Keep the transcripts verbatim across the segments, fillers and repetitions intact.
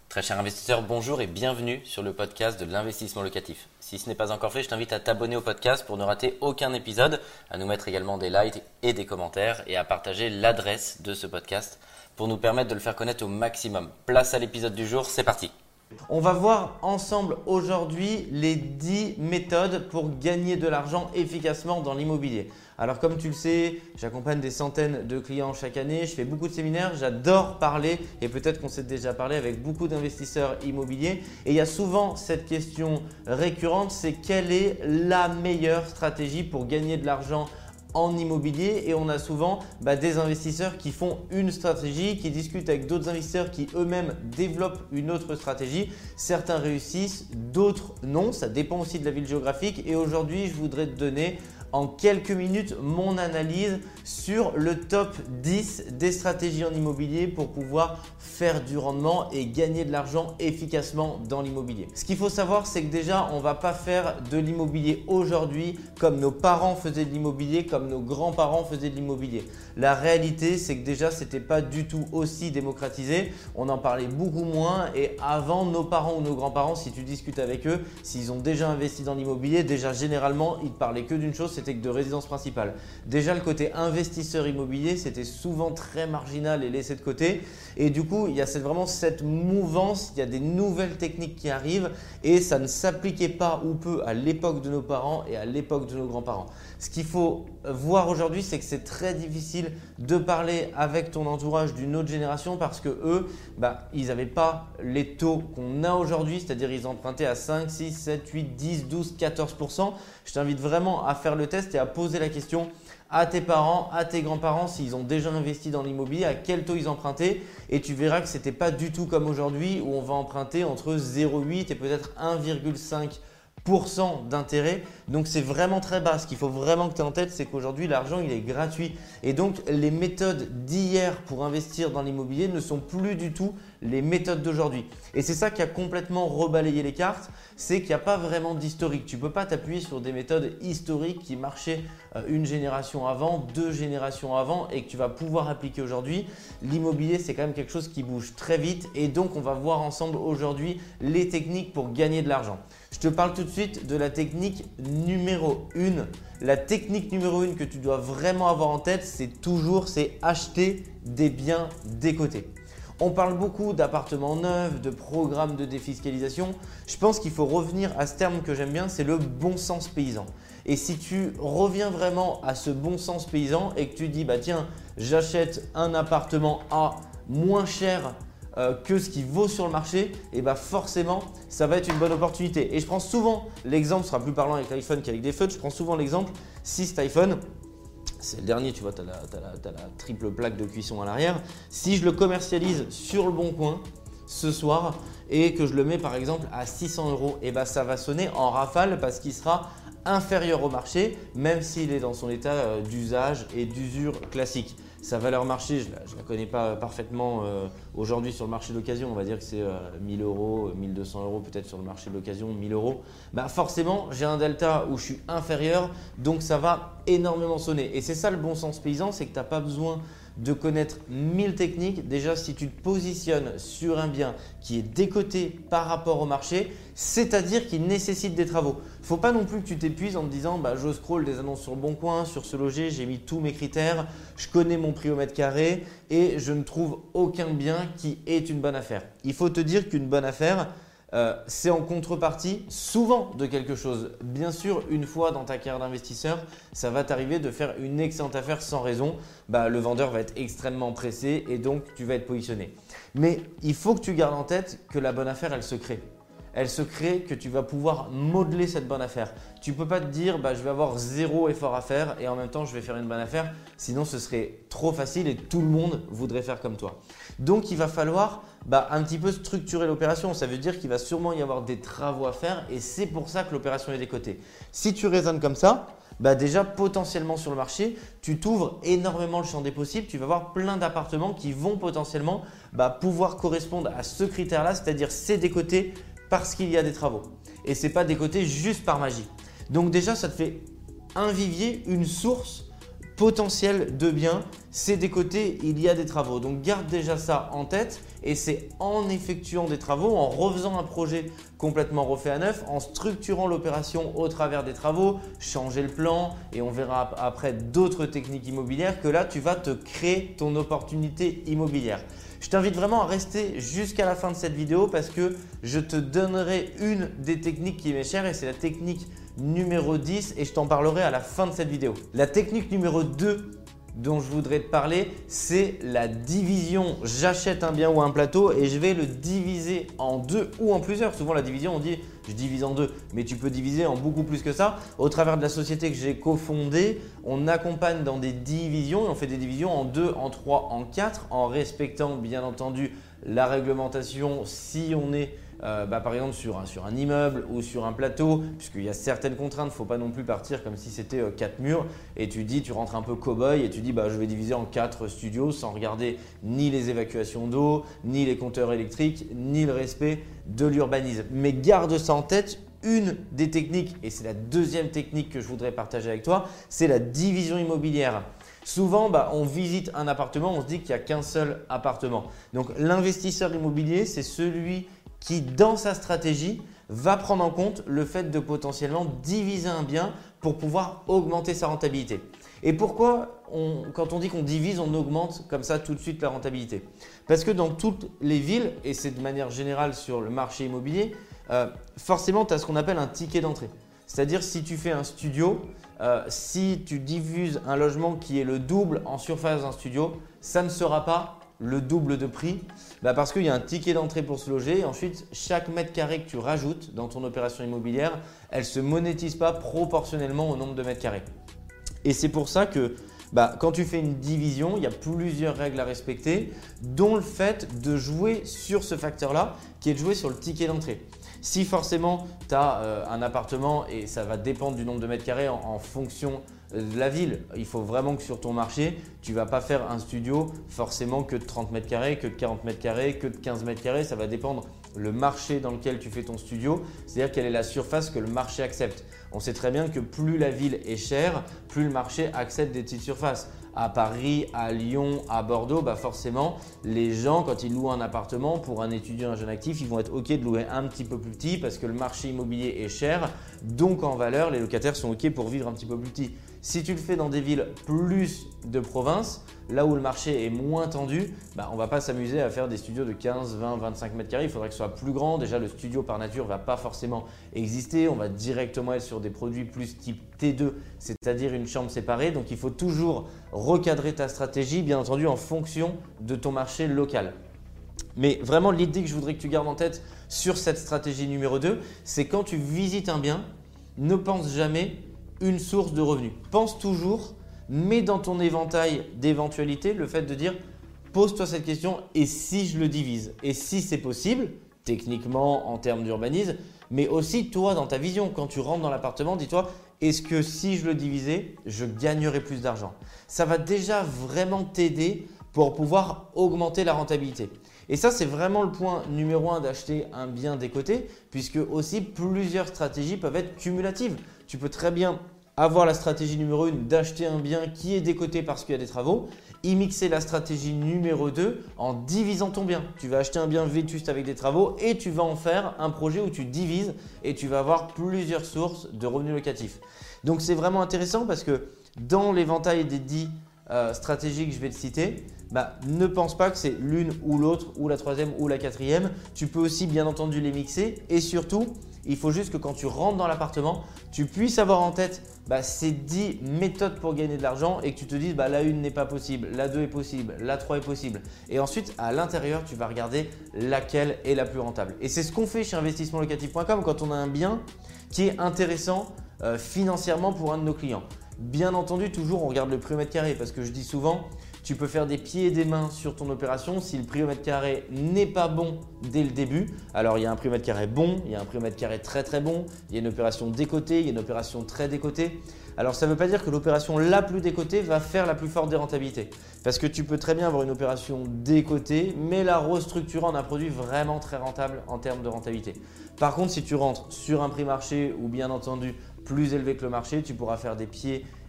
Très cher investisseur, bonjour et bienvenue sur le podcast de l'investissement locatif. Si ce n'est pas encore fait, je t'invite à t'abonner au podcast pour ne rater aucun épisode, à nous mettre également des likes et des commentaires et à partager l'adresse de ce podcast pour nous permettre de le faire connaître au maximum. Place à l'épisode du jour, c'est parti. On va voir ensemble aujourd'hui les dix méthodes pour gagner de l'argent efficacement dans l'immobilier. Alors comme tu le sais, j'accompagne des centaines de clients chaque année, je fais beaucoup de séminaires, j'adore parler et peut-être qu'on s'est déjà parlé avec beaucoup d'investisseurs immobiliers. Et il y a souvent cette question récurrente, c'est quelle est la meilleure stratégie pour gagner de l'argent en immobilier? Et on a souvent bah, des investisseurs qui font une stratégie, qui discutent avec d'autres investisseurs qui eux-mêmes développent une autre stratégie. Certains réussissent, d'autres non, ça dépend aussi de la ville géographique. Et aujourd'hui, je voudrais te donner en quelques minutes mon analyse sur le top dix des stratégies en immobilier pour pouvoir faire du rendement et gagner de l'argent efficacement dans l'immobilier. Ce qu'il faut savoir, c'est que déjà, on ne va pas faire de l'immobilier aujourd'hui comme nos parents faisaient de l'immobilier, comme nos grands-parents faisaient de l'immobilier. La réalité, c'est que déjà, ce n'était pas du tout aussi démocratisé. On en parlait beaucoup moins et avant, nos parents ou nos grands-parents, si tu discutes avec eux, s'ils ont déjà investi dans l'immobilier, déjà généralement, ils ne parlaient que d'une chose, c'était que de résidence principale. Déjà, le côté investisseur immobilier, c'était souvent très marginal et laissé de côté. Et du coup, il y a cette, vraiment cette mouvance, il y a des nouvelles techniques qui arrivent et ça ne s'appliquait pas ou peu à l'époque de nos parents et à l'époque de nos grands-parents. Ce qu'il faut voir aujourd'hui, c'est que c'est très difficile de parler avec ton entourage d'une autre génération parce que eux, bah, ils n'avaient pas les taux qu'on a aujourd'hui, c'est-à-dire ils empruntaient à cinq, six, sept, huit, dix, douze, quatorze pour cent. Je t'invite vraiment à faire le test et à poser la question à tes parents, à tes grands-parents s'ils ont déjà investi dans l'immobilier, à quel taux ils empruntaient et tu verras que ce n'était pas du tout comme aujourd'hui où on va emprunter entre zéro virgule huit et peut-être un virgule cinq pour cent d'intérêt. Donc c'est vraiment très bas. Ce qu'il faut vraiment que tu aies en tête, c'est qu'aujourd'hui l'argent il est gratuit et donc les méthodes d'hier pour investir dans l'immobilier ne sont plus du tout les méthodes d'aujourd'hui. Et c'est ça qui a complètement rebalayé les cartes, c'est qu'il n'y a pas vraiment d'historique. Tu ne peux pas t'appuyer sur des méthodes historiques qui marchaient une génération avant, deux générations avant et que tu vas pouvoir appliquer aujourd'hui. L'immobilier, c'est quand même quelque chose qui bouge très vite et donc on va voir ensemble aujourd'hui les techniques pour gagner de l'argent. Je te parle tout de suite de la technique numéro un. La technique numéro un que tu dois vraiment avoir en tête, c'est toujours c'est acheter des biens décotés. On parle beaucoup d'appartements neufs, de programmes de défiscalisation. Je pense qu'il faut revenir à ce terme que j'aime bien, c'est le bon sens paysan. Et si tu reviens vraiment à ce bon sens paysan et que tu dis bah tiens, j'achète un appartement à moins cher euh, que ce qui vaut sur le marché, et bah forcément, ça va être une bonne opportunité. Et je prends souvent l'exemple, ce sera plus parlant avec l'iPhone qu'avec des feutres, je prends souvent l'exemple, si cet iPhone, c'est le dernier, tu vois, tu as la, t'as la, t'as la triple plaque de cuisson à l'arrière. Si je le commercialise sur le bon coin ce soir et que je le mets par exemple à six cents euros, et bah ça va sonner en rafale parce qu'il sera inférieur au marché, même s'il est dans son état d'usage et d'usure classique. Sa valeur marché, je ne la, la connais pas parfaitement euh, aujourd'hui sur le marché d'occasion. On va dire que c'est euh, mille euros, mille deux cents euros peut-être sur le marché de l'occasion, mille euros. Bah forcément, j'ai un delta où je suis inférieur, donc ça va énormément sonner. Et c'est ça le bon sens paysan, c'est que tu n'as pas besoin de connaître mille techniques. Déjà, si tu te positionnes sur un bien qui est décoté par rapport au marché, c'est-à-dire qu'il nécessite des travaux. Il ne faut pas non plus que tu t'épuises en te disant bah, je scrolle des annonces sur le bon coin, sur Se Loger, j'ai mis tous mes critères, je connais mon prix au mètre carré et je ne trouve aucun bien qui est une bonne affaire. Il faut te dire qu'une bonne affaire, Euh, c'est en contrepartie souvent de quelque chose. Bien sûr, une fois dans ta carrière d'investisseur, ça va t'arriver de faire une excellente affaire sans raison. Bah, le vendeur va être extrêmement pressé et donc tu vas être positionné. Mais il faut que tu gardes en tête que la bonne affaire, elle se crée. Elle se crée que tu vas pouvoir modeler cette bonne affaire. Tu ne peux pas te dire bah, je vais avoir zéro effort à faire et en même temps je vais faire une bonne affaire. Sinon ce serait trop facile et tout le monde voudrait faire comme toi. Donc il va falloir bah, un petit peu structurer l'opération. Ça veut dire qu'il va sûrement y avoir des travaux à faire et c'est pour ça que l'opération est décotée. Si tu raisonnes comme ça, bah déjà potentiellement sur le marché, tu t'ouvres énormément le champ des possibles. Tu vas avoir plein d'appartements qui vont potentiellement bah, pouvoir correspondre à ce critère-là, c'est-à-dire c'est décoté parce qu'il y a des travaux. Et ce n'est pas décoté juste par magie. Donc déjà, ça te fait un vivier, une source potentiel de bien, c'est des côtés, il y a des travaux. Donc garde déjà ça en tête et c'est en effectuant des travaux, en refaisant un projet complètement refait à neuf, en structurant l'opération au travers des travaux, changer le plan et on verra après d'autres techniques immobilières que là tu vas te créer ton opportunité immobilière. Je t'invite vraiment à rester jusqu'à la fin de cette vidéo parce que je te donnerai une des techniques qui m'est chère et c'est la technique numéro dix et je t'en parlerai à la fin de cette vidéo. La technique numéro deux dont je voudrais te parler, c'est la division. J'achète un bien ou un plateau et je vais le diviser en deux ou en plusieurs. Souvent la division, on dit je divise en deux, mais tu peux diviser en beaucoup plus que ça. Au travers de la société que j'ai cofondée, on accompagne dans des divisions et on fait des divisions en deux, en trois, en quatre, en respectant bien entendu la réglementation si on est Euh, bah, par exemple sur un, sur un immeuble ou sur un plateau, puisqu'il y a certaines contraintes, il ne faut pas non plus partir comme si c'était euh, quatre murs et tu dis, tu rentres un peu cow-boy et tu dis bah, je vais diviser en quatre studios sans regarder ni les évacuations d'eau, ni les compteurs électriques, ni le respect de l'urbanisme. Mais garde ça en tête, une des techniques, et c'est la deuxième technique que je voudrais partager avec toi, c'est la division immobilière. Souvent, bah, on visite un appartement, on se dit qu'il n'y a qu'un seul appartement. Donc l'investisseur immobilier, c'est celui qui, dans sa stratégie, va prendre en compte le fait de potentiellement diviser un bien pour pouvoir augmenter sa rentabilité. Et pourquoi, on, quand on dit qu'on divise, on augmente comme ça tout de suite la rentabilité? Parce que dans toutes les villes, et c'est de manière générale sur le marché immobilier, euh, forcément, tu as ce qu'on appelle un ticket d'entrée. C'est-à-dire si tu fais un studio, euh, si tu divises un logement qui est le double en surface d'un studio, ça ne sera pas le double de prix bah parce qu'il y a un ticket d'entrée pour se loger et ensuite chaque mètre carré que tu rajoutes dans ton opération immobilière, elle ne se monétise pas proportionnellement au nombre de mètres carrés. Et c'est pour ça que bah, quand tu fais une division, il y a plusieurs règles à respecter, dont le fait de jouer sur ce facteur-là qui est de jouer sur le ticket d'entrée. Si forcément tu as euh, un appartement et ça va dépendre du nombre de mètres carrés en, en fonction de la ville, il faut vraiment que sur ton marché, tu ne vas pas faire un studio forcément que de trente mètres carrés, que de quarante mètres carrés, que de quinze mètres carrés. Ça va dépendre le marché dans lequel tu fais ton studio, c'est-à-dire quelle est la surface que le marché accepte. On sait très bien que plus la ville est chère, plus le marché accepte des petites surfaces. À Paris, à Lyon, à Bordeaux, bah forcément, les gens, quand ils louent un appartement pour un étudiant, un jeune actif, ils vont être OK de louer un petit peu plus petit parce que le marché immobilier est cher. Donc, en valeur, les locataires sont OK pour vivre un petit peu plus petit. Si tu le fais dans des villes plus de province, là où le marché est moins tendu, bah, on ne va pas s'amuser à faire des studios de quinze, vingt, vingt-cinq mètres carrés. Il faudrait que ce soit plus grand. Déjà, le studio par nature ne va pas forcément exister. On va directement être sur des produits plus type T deux, c'est-à-dire une chambre séparée. Donc, il faut toujours recadrer ta stratégie, bien entendu, en fonction de ton marché local. Mais vraiment, l'idée que je voudrais que tu gardes en tête sur cette stratégie numéro deux, c'est quand tu visites un bien, ne pense jamais une source de revenus. Pense toujours, mets dans ton éventail d'éventualités le fait de dire pose-toi cette question et si je le divise? Et si c'est possible, techniquement en termes d'urbanisme, mais aussi toi dans ta vision. Quand tu rentres dans l'appartement, dis-toi est-ce que si je le divisais, je gagnerais plus d'argent? Ça va déjà vraiment t'aider pour pouvoir augmenter la rentabilité. Et ça, c'est vraiment le point numéro un d'acheter un bien décoté, puisque aussi plusieurs stratégies peuvent être cumulatives. Tu peux très bien avoir la stratégie numéro un d'acheter un bien qui est décoté parce qu'il y a des travaux, y mixer la stratégie numéro deux en divisant ton bien. Tu vas acheter un bien vétuste avec des travaux et tu vas en faire un projet où tu divises et tu vas avoir plusieurs sources de revenus locatifs. Donc, c'est vraiment intéressant parce que dans l'éventail des dix euh, stratégies que je vais te citer, bah, ne pense pas que c'est l'une ou l'autre ou la troisième ou la quatrième. Tu peux aussi bien entendu les mixer et surtout, il faut juste que quand tu rentres dans l'appartement, tu puisses avoir en tête bah, ces dix méthodes pour gagner de l'argent et que tu te dises bah, la une n'est pas possible, la deux est possible, la trois est possible. Et ensuite, à l'intérieur, tu vas regarder laquelle est la plus rentable. Et c'est ce qu'on fait chez investissement locatif point com quand on a un bien qui est intéressant euh, financièrement pour un de nos clients. Bien entendu, toujours on regarde le prix au mètre carré parce que je dis souvent, tu peux faire des pieds et des mains sur ton opération si le prix au mètre carré n'est pas bon dès le début. Alors, il y a un prix au mètre carré bon, il y a un prix au mètre carré très très bon, il y a une opération décotée, il y a une opération très décotée. Alors, ça ne veut pas dire que l'opération la plus décotée va faire la plus forte des rentabilités. Parce que tu peux très bien avoir une opération décotée, mais la restructurer en un produit vraiment très rentable en termes de rentabilité. Par contre, si tu rentres sur un prix marché ou bien entendu plus élevé que le marché, tu pourras faire des pieds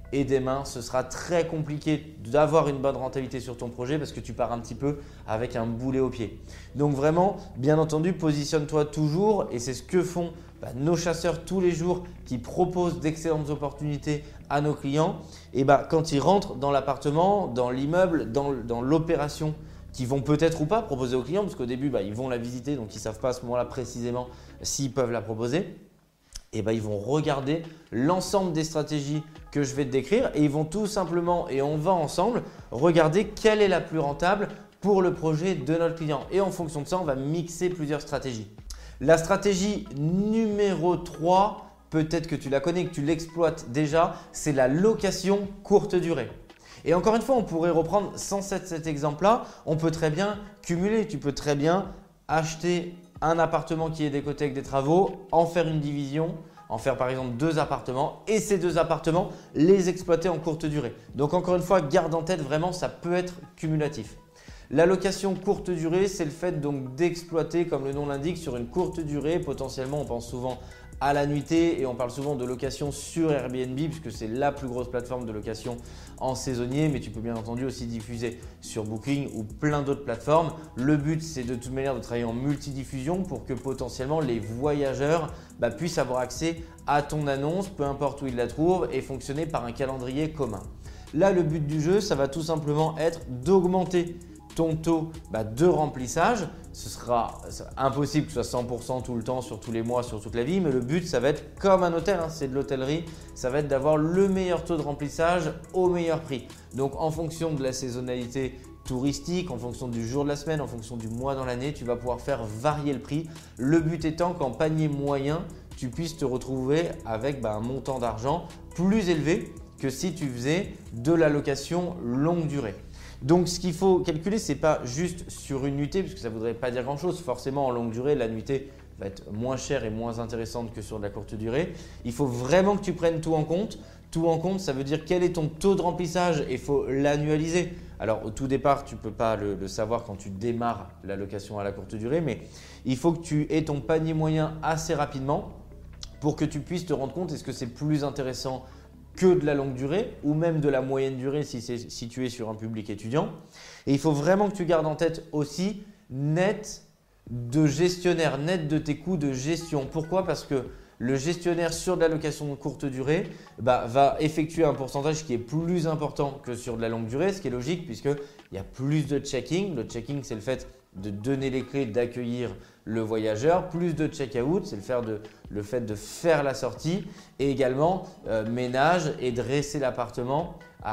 et des mains, ce sera très compliqué d'avoir une bonne rentabilité sur ton projet parce que tu pars un petit peu avec un boulet au pied. Donc vraiment, bien entendu, positionne-toi toujours et c'est ce que font bah, nos chasseurs tous les jours qui proposent d'excellentes opportunités à nos clients. Et bah, quand ils rentrent dans l'appartement, dans l'immeuble, dans, dans l'opération qu'ils vont peut-être ou pas proposer aux clients parce qu'au début, bah, ils vont la visiter donc ils ne savent pas à ce moment-là précisément s'ils peuvent la proposer. Et ben, ils vont regarder l'ensemble des stratégies que je vais te décrire et ils vont tout simplement, et on va ensemble, regarder quelle est la plus rentable pour le projet de notre client. Et en fonction de ça, on va mixer plusieurs stratégies. La stratégie numéro trois, peut-être que tu la connais, que tu l'exploites déjà, c'est la location courte durée. Et encore une fois, on pourrait reprendre sans cet exemple-là, on peut très bien cumuler, tu peux très bien acheter un appartement qui est décoté avec des travaux, en faire une division, en faire par exemple deux appartements et ces deux appartements, les exploiter en courte durée. Donc encore une fois, garde en tête vraiment, ça peut être cumulatif. La location courte durée, c'est le fait donc d'exploiter, comme le nom l'indique, sur une courte durée. Potentiellement, on pense souvent à la nuitée et on parle souvent de location sur Airbnb puisque c'est la plus grosse plateforme de location en saisonnier, mais tu peux bien entendu aussi diffuser sur Booking ou plein d'autres plateformes. Le but, c'est de toute manière de travailler en multidiffusion pour que potentiellement les voyageurs bah, puissent avoir accès à ton annonce, peu importe où ils la trouvent, et fonctionner par un calendrier commun. Là, le but du jeu, ça va tout simplement être d'augmenter ton taux bah, de remplissage. Ce sera impossible que ce soit cent pour cent tout le temps, sur tous les mois, sur toute la vie, mais le but, ça va être comme un hôtel, hein, c'est de l'hôtellerie, ça va être d'avoir le meilleur taux de remplissage au meilleur prix. Donc en fonction de la saisonnalité touristique, en fonction du jour de la semaine, en fonction du mois dans l'année, tu vas pouvoir faire varier le prix. Le but étant qu'en panier moyen, tu puisses te retrouver avec bah, un montant d'argent plus élevé que si tu faisais de la location longue durée. Donc, ce qu'il faut calculer, ce n'est pas juste sur une nuitée, puisque ça ne voudrait pas dire grand-chose. Forcément, en longue durée, la nuitée va être moins chère et moins intéressante que sur de la courte durée. Il faut vraiment que tu prennes tout en compte. Tout en compte, ça veut dire quel est ton taux de remplissage et il faut l'annualiser. Alors, au tout départ, tu ne peux pas le, le savoir quand tu démarres la location à la courte durée, mais il faut que tu aies ton panier moyen assez rapidement pour que tu puisses te rendre compte est-ce que c'est plus intéressant que de la longue durée ou même de la moyenne durée si c'est situé sur un public étudiant. Et il faut vraiment que tu gardes en tête aussi net de gestionnaire, net de tes coûts de gestion. Pourquoi? Parce que le gestionnaire sur de la location de courte durée bah, va effectuer un pourcentage qui est plus important que sur de la longue durée, ce qui est logique puisqu'il y a plus de checking. Le checking, c'est le fait de donner les clés, d'accueillir le voyageur, plus de check-out, c'est le, faire de, le fait de faire la sortie et également euh, ménage et dresser l'appartement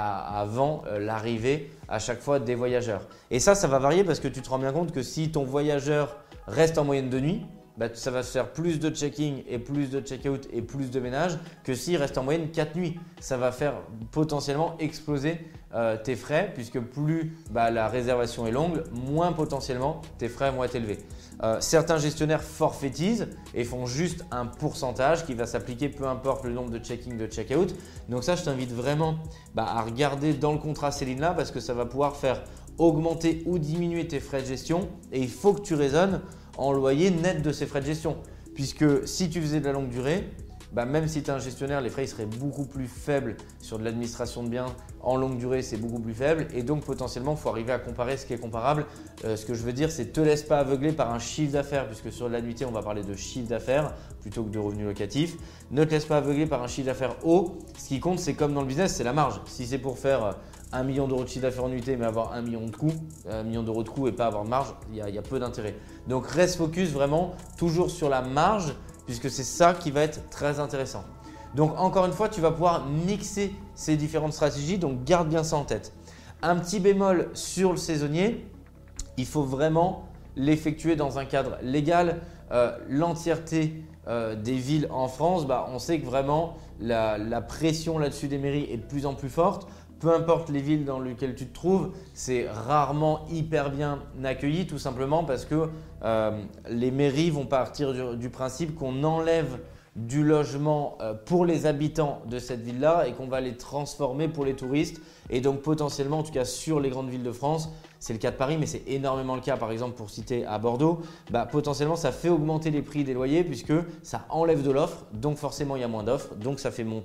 avant euh, l'arrivée à chaque fois des voyageurs. Et ça, ça va varier parce que tu te rends bien compte que si ton voyageur reste en moyenne de nuit, bah, ça va se faire plus de checking et plus de check-out et plus de ménage que s'il reste en moyenne quatre nuits. Ça va faire potentiellement exploser euh, tes frais puisque plus bah, la réservation est longue, moins potentiellement tes frais vont être élevés. Euh, certains gestionnaires forfaitisent et font juste un pourcentage qui va s'appliquer peu importe le nombre de check-in, de check-out. Donc ça, je t'invite vraiment bah, à regarder dans le contrat Céline là parce que ça va pouvoir faire augmenter ou diminuer tes frais de gestion et il faut que tu raisonnes en loyer net de ces frais de gestion. Puisque si tu faisais de la longue durée, bah même si tu es un gestionnaire, les frais seraient beaucoup plus faibles sur de l'administration de biens. En longue durée, c'est beaucoup plus faible et donc potentiellement, il faut arriver à comparer ce qui est comparable. Euh, ce que je veux dire, c'est ne te laisse pas aveugler par un chiffre d'affaires puisque sur de la nuitée, on va parler de chiffre d'affaires plutôt que de revenus locatifs. Ne te laisse pas aveugler par un chiffre d'affaires haut. Ce qui compte, c'est comme dans le business, c'est la marge. Si c'est pour faire un million d'euros de chiffre d'affaires en nuitée mais avoir un million de coûts, un million d'euros de coûts et pas avoir de marge, il y a, il y a peu d'intérêt. Donc reste focus vraiment toujours sur la marge puisque c'est ça qui va être très intéressant. Donc encore une fois, tu vas pouvoir mixer ces différentes stratégies, donc garde bien ça en tête. Un petit bémol sur le saisonnier, il faut vraiment l'effectuer dans un cadre légal. Euh, l'entièreté euh, des villes en France, bah, on sait que vraiment la, la pression là-dessus des mairies est de plus en plus forte. Peu importe les villes dans lesquelles tu te trouves, c'est rarement hyper bien accueilli tout simplement parce que euh, les mairies vont partir du, du principe qu'on enlève du logement euh, pour les habitants de cette ville-là et qu'on va les transformer pour les touristes. Et donc potentiellement, en tout cas sur les grandes villes de France, c'est le cas de Paris, mais c'est énormément le cas par exemple pour citer à Bordeaux, bah, potentiellement ça fait augmenter les prix des loyers puisque ça enlève de l'offre, donc forcément il y a moins d'offres, donc ça fait monter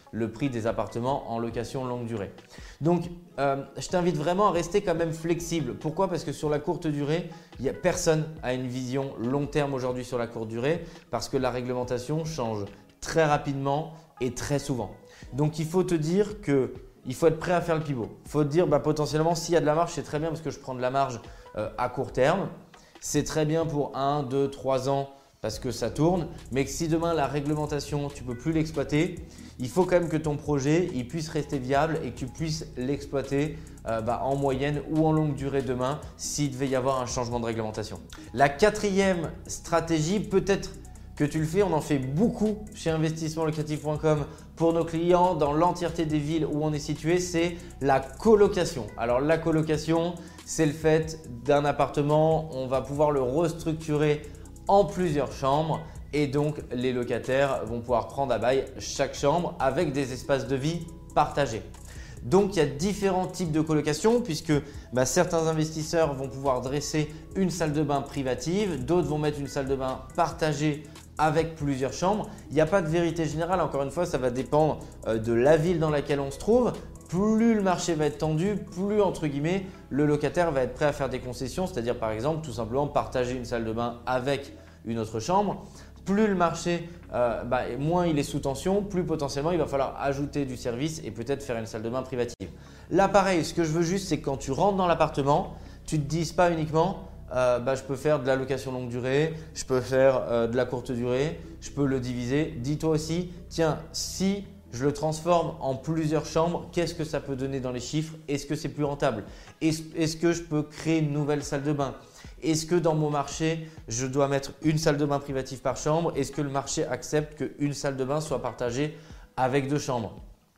le prix des appartements en location longue durée. Donc, euh, je t'invite vraiment à rester quand même flexible. Pourquoi? Parce que sur la courte durée, il y a personne a une vision long terme aujourd'hui sur la courte durée parce que la réglementation change très rapidement et très souvent. Donc, il faut te dire que il faut être prêt à faire le pivot. Il faut te dire bah, potentiellement s'il y a de la marge, c'est très bien parce que je prends de la marge euh, à court terme. C'est très bien pour un, deux, trois ans parce que ça tourne, mais que si demain la réglementation, tu ne peux plus l'exploiter, il faut quand même que ton projet il puisse rester viable et que tu puisses l'exploiter euh, bah, en moyenne ou en longue durée demain s'il devait y avoir un changement de réglementation. La quatrième stratégie, peut-être que tu le fais, on en fait beaucoup chez investissement locatif point com pour nos clients dans l'entièreté des villes où on est situé, c'est la colocation. Alors la colocation, c'est le fait d'un appartement, on va pouvoir le restructurer en plusieurs chambres et donc les locataires vont pouvoir prendre à bail chaque chambre avec des espaces de vie partagés. Donc, il y a différents types de colocation puisque bah, certains investisseurs vont pouvoir dresser une salle de bain privative, d'autres vont mettre une salle de bain partagée avec plusieurs chambres. Il n'y a pas de vérité générale, encore une fois, ça va dépendre euh, de la ville dans laquelle on se trouve. Plus le marché va être tendu, plus entre guillemets le locataire va être prêt à faire des concessions, c'est-à-dire par exemple tout simplement partager une salle de bain avec une autre chambre. Plus le marché, euh, bah, moins il est sous tension, plus potentiellement il va falloir ajouter du service et peut-être faire une salle de bain privative. Là pareil, ce que je veux juste c'est que quand tu rentres dans l'appartement, tu ne te dises pas uniquement euh, bah, je peux faire de la location longue durée, je peux faire euh, de la courte durée, je peux le diviser. Dis-toi aussi, tiens, si je le transforme en plusieurs chambres, qu'est-ce que ça peut donner dans les chiffres? Est-ce que c'est plus rentable? Est-ce, est-ce que je peux créer une nouvelle salle de bain? Est-ce que dans mon marché, je dois mettre une salle de bain privative par chambre? Est-ce que le marché accepte qu'une salle de bain soit partagée avec deux chambres?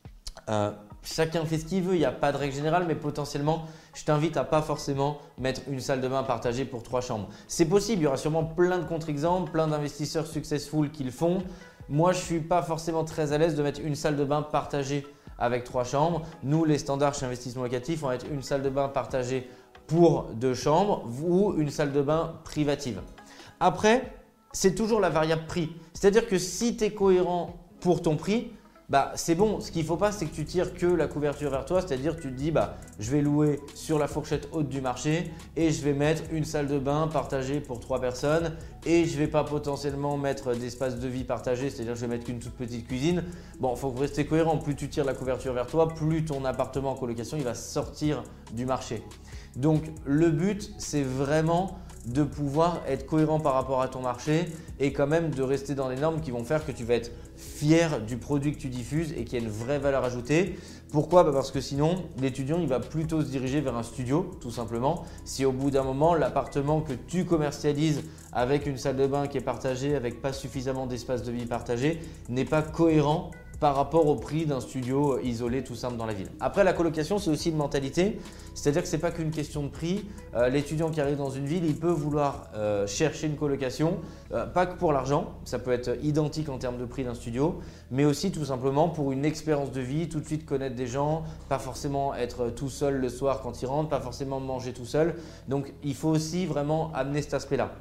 euh, Chacun fait ce qu'il veut, il n'y a pas de règle générale, mais potentiellement, je t'invite à pas forcément mettre une salle de bain partagée pour trois chambres. C'est possible, il y aura sûrement plein de contre-exemples, plein d'investisseurs successful qui le font. Moi, je ne suis pas forcément très à l'aise de mettre une salle de bain partagée avec trois chambres. Nous, les standards chez Investissement Locatif, on va mettre une salle de bain partagée pour deux chambres ou une salle de bain privative. Après, c'est toujours la variable prix. C'est-à-dire que si tu es cohérent pour ton prix, bah, c'est bon. Ce qu'il ne faut pas, c'est que tu tires que la couverture vers toi. C'est-à-dire que tu te dis, bah, je vais louer sur la fourchette haute du marché et je vais mettre une salle de bain partagée pour trois personnes et je ne vais pas potentiellement mettre d'espace de vie partagé, c'est-à-dire que je vais mettre qu'une toute petite cuisine. Bon, il faut rester cohérent. Plus tu tires la couverture vers toi, plus ton appartement en colocation il va sortir du marché. Donc, le but, c'est vraiment de pouvoir être cohérent par rapport à ton marché et quand même de rester dans les normes qui vont faire que tu vas être fier du produit que tu diffuses et qu'il y a une vraie valeur ajoutée. Pourquoi? Bah parce que sinon, l'étudiant il va plutôt se diriger vers un studio tout simplement. Si au bout d'un moment, l'appartement que tu commercialises avec une salle de bain qui est partagée, avec pas suffisamment d'espace de vie partagé, n'est pas cohérent par rapport au prix d'un studio isolé tout simple dans la ville. Après, la colocation, c'est aussi une mentalité, c'est-à-dire que ce n'est pas qu'une question de prix. Euh, l'étudiant qui arrive dans une ville, il peut vouloir euh, chercher une colocation, euh, pas que pour l'argent, ça peut être identique en termes de prix d'un studio, mais aussi tout simplement pour une expérience de vie, tout de suite connaître des gens, pas forcément être tout seul le soir quand il rentre, pas forcément manger tout seul. Donc, il faut aussi vraiment amener cet aspect-là.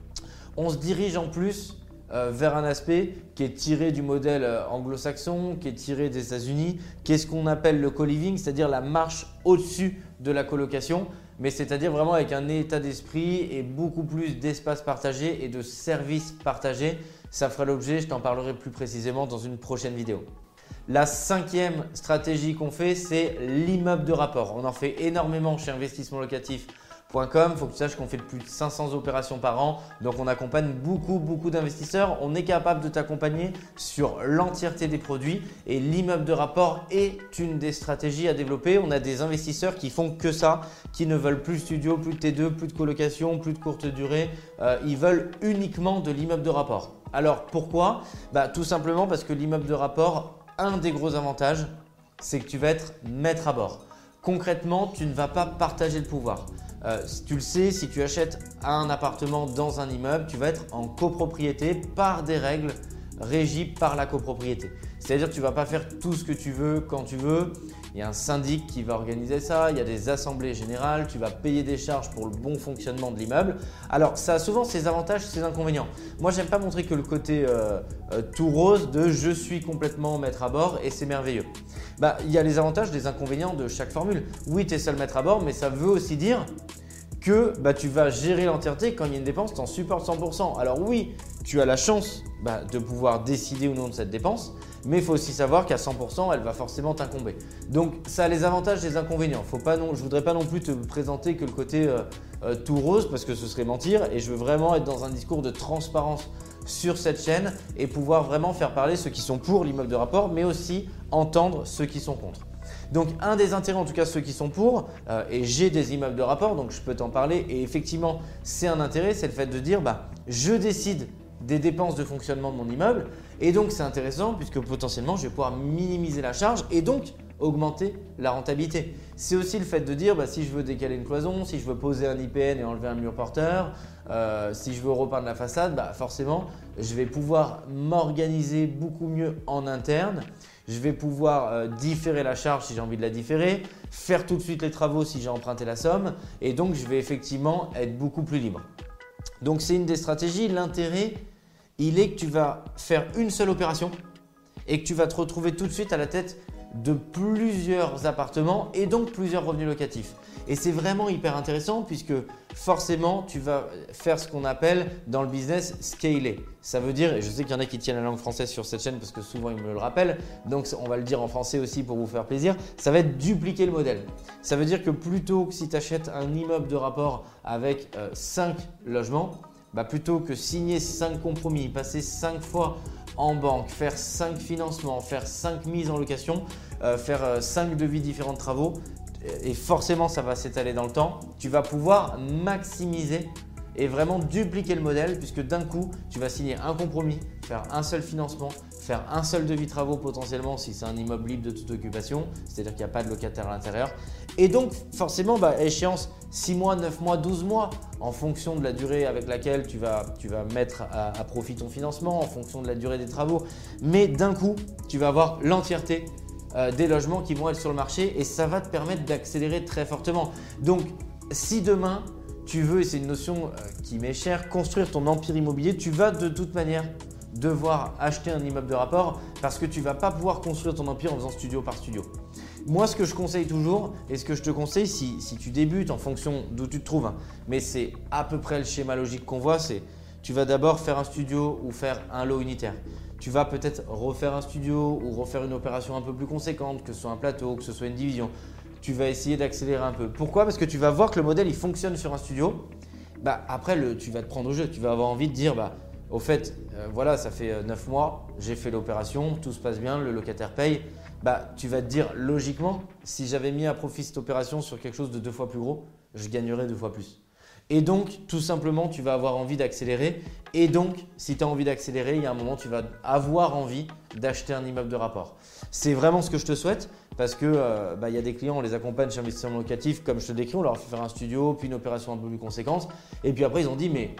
On se dirige en plus Euh, vers un aspect qui est tiré du modèle euh, anglo-saxon, qui est tiré des États-Unis, qui est ce qu'on appelle le co-living, c'est-à-dire la marche au-dessus de la colocation, mais c'est-à-dire vraiment avec un état d'esprit et beaucoup plus d'espace partagé et de services partagés. Ça fera l'objet, je t'en parlerai plus précisément dans une prochaine vidéo. La cinquième stratégie qu'on fait, c'est l'immeuble de rapport. On en fait énormément chez Investissement Locatif. Il faut que tu saches qu'on fait plus de cinq cents opérations par an, donc on accompagne beaucoup beaucoup d'investisseurs. On est capable de t'accompagner sur l'entièreté des produits et l'immeuble de rapport est une des stratégies à développer. On a des investisseurs qui font que ça, qui ne veulent plus de studio, plus de T deux, plus de colocation, plus de courte durée. Euh, ils veulent uniquement de l'immeuble de rapport. Alors pourquoi? Bah, tout simplement parce que l'immeuble de rapport, un des gros avantages, c'est que tu vas être maître à bord. Concrètement, tu ne vas pas partager le pouvoir. Euh, tu le sais, si tu achètes un appartement dans un immeuble, tu vas être en copropriété par des règles régies par la copropriété. C'est-à-dire que tu ne vas pas faire tout ce que tu veux quand tu veux. il y a un syndic qui va organiser ça, il y a des assemblées générales, tu vas payer des charges pour le bon fonctionnement de l'immeuble. Alors ça a souvent ses avantages, ses inconvénients. Moi j'aime pas montrer que le côté euh, euh, tout rose de je suis complètement maître à bord et c'est merveilleux. Bah, il y a les avantages, les inconvénients de chaque formule. Oui, tu es seul maître à bord, mais ça veut aussi dire que bah, tu vas gérer l'entièreté. Quand il y a une dépense, tu en supportes cent pour cent. Alors oui, tu as la chance bah, de pouvoir décider ou non de cette dépense, mais il faut aussi savoir qu'à cent pour cent, elle va forcément t'incomber. Donc ça a les avantages et les inconvénients. Faut pas non, je ne voudrais pas non plus te présenter que le côté euh, euh, tout rose parce que ce serait mentir et je veux vraiment être dans un discours de transparence sur cette chaîne et pouvoir vraiment faire parler ceux qui sont pour l'immeuble de rapport, mais aussi entendre ceux qui sont contre. Donc un des intérêts, en tout cas ceux qui sont pour, euh, et j'ai des immeubles de rapport donc je peux t'en parler et effectivement c'est un intérêt, c'est le fait de dire bah, je décide des dépenses de fonctionnement de mon immeuble et donc c'est intéressant puisque potentiellement je vais pouvoir minimiser la charge et donc augmenter la rentabilité. C'est aussi le fait de dire bah, si je veux décaler une cloison, si je veux poser un I P N et enlever un mur porteur, euh, si je veux repeindre la façade, bah, forcément je vais pouvoir m'organiser beaucoup mieux en interne. Je vais pouvoir euh, différer la charge si j'ai envie de la différer, faire tout de suite les travaux si j'ai emprunté la somme et donc je vais effectivement être beaucoup plus libre. Donc c'est une des stratégies. L'intérêt, il est que tu vas faire une seule opération et que tu vas te retrouver tout de suite à la tête de plusieurs appartements et donc plusieurs revenus locatifs. Et c'est vraiment hyper intéressant puisque forcément tu vas faire ce qu'on appelle dans le business scaler. Ça veut dire, et je sais qu'il y en a qui tiennent la langue française sur cette chaîne parce que souvent ils me le rappellent, donc on va le dire en français aussi pour vous faire plaisir, ça va être dupliquer le modèle. Ça veut dire que plutôt que si tu achètes un immeuble de rapport avec euh, cinq logements, bah plutôt que signer cinq compromis, passer cinq fois en banque, faire cinq financements, faire cinq mises en location, euh, faire euh, cinq devis différents de travaux et forcément ça va s'étaler dans le temps, tu vas pouvoir maximiser et vraiment dupliquer le modèle puisque d'un coup tu vas signer un compromis, faire un seul financement, faire un seul devis travaux potentiellement si c'est un immeuble libre de toute occupation, c'est-à-dire qu'il n'y a pas de locataire à l'intérieur et donc forcément bah, échéance six mois, neuf mois, douze mois en fonction de la durée avec laquelle tu vas, tu vas mettre à, à profit ton financement, en fonction de la durée des travaux, mais d'un coup tu vas avoir l'entièreté euh, des logements qui vont être sur le marché et ça va te permettre d'accélérer très fortement. Donc si demain tu veux, et c'est une notion euh, qui m'est chère, construire ton empire immobilier, tu vas de toute manière devoir acheter un immeuble de rapport parce que tu ne vas pas pouvoir construire ton empire en faisant studio par studio. Moi, ce que je conseille toujours et ce que je te conseille si, si tu débutes en fonction d'où tu te trouves, hein, mais c'est à peu près le schéma logique qu'on voit, c'est tu vas d'abord faire un studio ou faire un lot unitaire. Tu vas peut-être refaire un studio ou refaire une opération un peu plus conséquente, que ce soit un plateau, que ce soit une division. Tu vas essayer d'accélérer un peu. Pourquoi? Parce que tu vas voir que le modèle il fonctionne sur un studio. Bah, après, le, tu vas te prendre au jeu. Tu vas avoir envie de dire bah, au fait, euh, voilà, ça fait euh, neuf mois, j'ai fait l'opération, tout se passe bien, le locataire paye. Bah, tu vas te dire logiquement, si j'avais mis à profit cette opération sur quelque chose de deux fois plus gros, je gagnerais deux fois plus. Et donc, tout simplement, tu vas avoir envie d'accélérer. Et donc, si tu as envie d'accélérer, il y a un moment, tu vas avoir envie d'acheter un immeuble de rapport. C'est vraiment ce que je te souhaite parce que euh, bah, y a des clients, on les accompagne chez Investissement Locatif, comme je te décris, on leur fait faire un studio, puis une opération un peu plus conséquente. Et puis après, ils ont dit, mais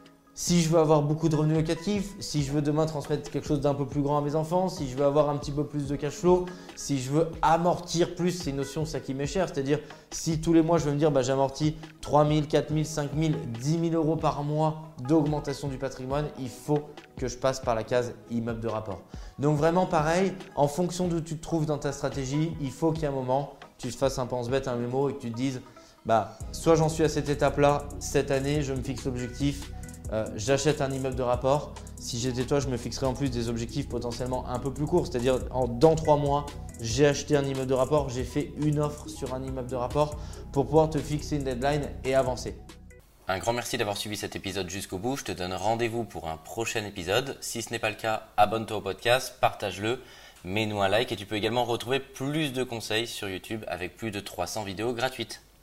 si je veux avoir beaucoup de revenus locatifs, si je veux demain transmettre quelque chose d'un peu plus grand à mes enfants, si je veux avoir un petit peu plus de cash flow, si je veux amortir plus, c'est une notion ça qui m'est chère, c'est-à-dire si tous les mois je veux me dire bah, j'amortis trois mille, quatre mille, cinq mille, dix mille euros par mois d'augmentation du patrimoine, il faut que je passe par la case immeuble de rapport. Donc vraiment pareil, en fonction d'où tu te trouves dans ta stratégie, il faut qu'il y ait un moment, tu te fasses un pense-bête, un mémo et que tu te dises bah, soit j'en suis à cette étape-là, cette année je me fixe l'objectif, Euh, j'achète un immeuble de rapport. Si j'étais toi, je me fixerais en plus des objectifs potentiellement un peu plus courts. C'est-à-dire en, dans trois mois, j'ai acheté un immeuble de rapport, j'ai fait une offre sur un immeuble de rapport pour pouvoir te fixer une deadline et avancer. Un grand merci d'avoir suivi cet épisode jusqu'au bout. Je te donne rendez-vous pour un prochain épisode. Si ce n'est pas le cas, abonne-toi au podcast, partage-le, mets-nous un like et tu peux également retrouver plus de conseils sur YouTube avec plus de trois cents vidéos gratuites.